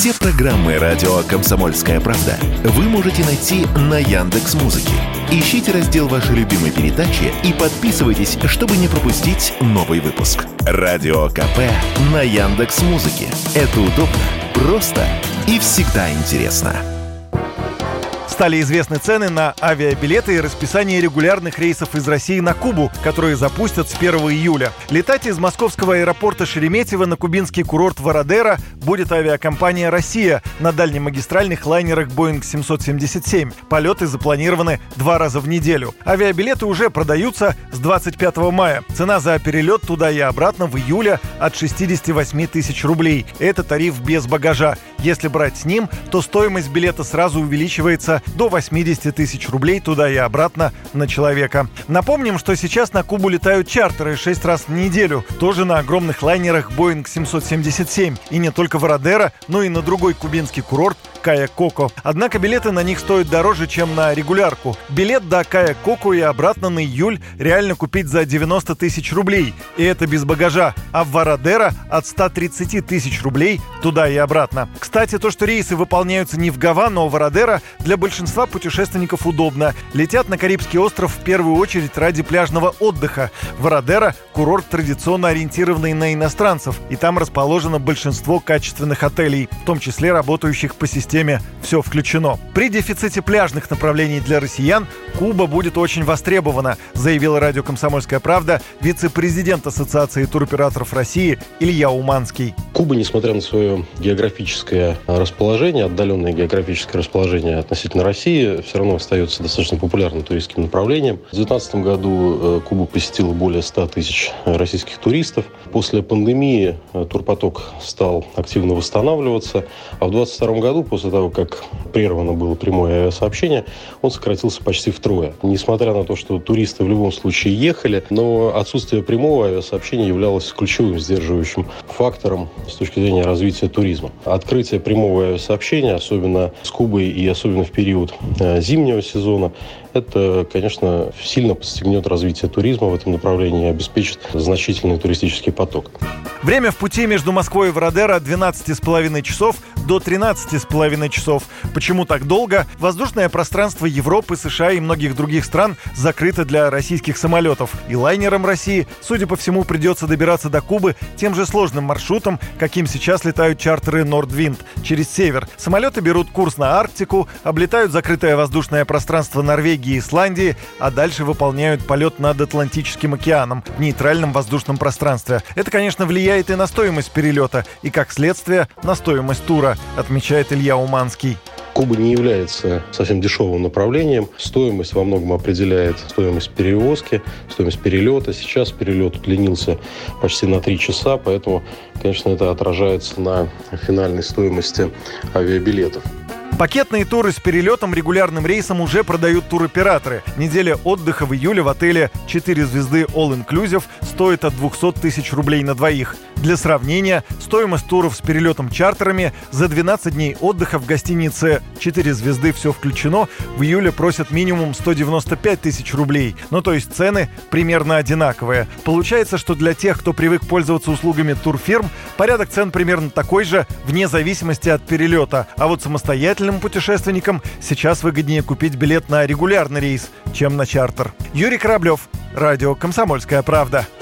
Все программы радио «Комсомольская правда» вы можете найти на Яндекс.Музыке. Ищите раздел вашей любимой передачи и подписывайтесь, чтобы не пропустить новый выпуск. Радио КП на Яндекс.Музыке. Это удобно, просто и всегда интересно. Стали известны цены на авиабилеты и расписание регулярных рейсов из России на Кубу, которые запустят с 1 июля. Летать из московского аэропорта Шереметьево на кубинский курорт Варадера будет авиакомпания «Россия» на дальнемагистральных лайнерах Boeing 777. Полеты запланированы 2 раза в неделю. Авиабилеты уже продаются с 25 мая. Цена за перелет туда и обратно в июле от 68 тысяч рублей. Это тариф без багажа. Если брать с ним, то стоимость билета сразу увеличивается до 80 тысяч рублей туда и обратно на человека. Напомним, что сейчас на Кубу летают чартеры 6 раз в неделю, тоже на огромных лайнерах Boeing 777. И не только Варадера, но и на другой кубинский курорт Кая-Коко. Однако билеты на них стоят дороже, чем на регулярку. Билет до Кая-Коко и обратно на июль реально купить за 90 тысяч рублей. И это без багажа. А в Варадера от 130 тысяч рублей туда и обратно. Кстати, то, что рейсы выполняются не в Гавану, а в Варадера, для большинства путешественников удобно. Летят на Карибский остров в первую очередь ради пляжного отдыха. Варадера – курорт, традиционно ориентированный на иностранцев. И там расположено большинство качественных отелей, в том числе работающих по системе «Все включено». При дефиците пляжных направлений для россиян Куба будет очень востребована, заявил радио «Комсомольская правда» вице-президент Ассоциации туроператоров России Илья Уманский. Куба, несмотря на свое географическое расположение, отдаленное географическое расположение относительно России, все равно остается достаточно популярным туристским направлением. В 2019 году Кубу посетило более 100 тысяч российских туристов. После пандемии турпоток стал активно восстанавливаться, а в 2022 году, после того, как прервано было прямое авиасообщение, он сократился почти втрое. Несмотря на то, что туристы в любом случае ехали, но отсутствие прямого авиасообщения являлось ключевым сдерживающим фактором с точки зрения развития туризма. Открытие прямого авиасообщения, особенно с Кубой и особенно в период зимнего сезона, это, конечно, сильно подстегнет развитие туризма в этом направлении и обеспечит значительный туристический поток. Время в пути между Москвой и Варадера от 12,5 часов до 13,5 часов. Почему так долго? Воздушное пространство Европы, США и многих других стран закрыто для российских самолетов. И лайнерам России, судя по всему, придется добираться до Кубы тем же сложным маршрутом, каким сейчас летают чартеры Nordwind через север. Самолеты берут курс на Арктику, облетают закрытое воздушное пространство Норвегии и Исландии, а дальше выполняют полет над Атлантическим океаном в нейтральном воздушном пространстве. Это, конечно, влияет и на стоимость перелета, и, как следствие, на стоимость тура, отмечает Илья Уманский. Куба не является совсем дешевым направлением. Стоимость во многом определяет стоимость перевозки, стоимость перелета. Сейчас перелет удлинился почти на 3 часа, поэтому, конечно, это отражается на финальной стоимости авиабилетов. Пакетные туры с перелетом регулярным рейсом уже продают туроператоры. Неделя отдыха в июле в отеле 4 звезды All Inclusive стоит от 200 тысяч рублей на двоих. Для сравнения, стоимость туров с перелетом чартерами за 12 дней отдыха в гостинице 4 звезды «Все включено» в июле просят минимум 195 тысяч рублей. Ну, то есть цены примерно одинаковые. Получается, что для тех, кто привык пользоваться услугами турфирм, порядок цен примерно такой же, вне зависимости от перелета. А вот самостоятельным путешественникам сейчас выгоднее купить билет на регулярный рейс, чем на чартер. Юрий Кораблев, радио «Комсомольская правда».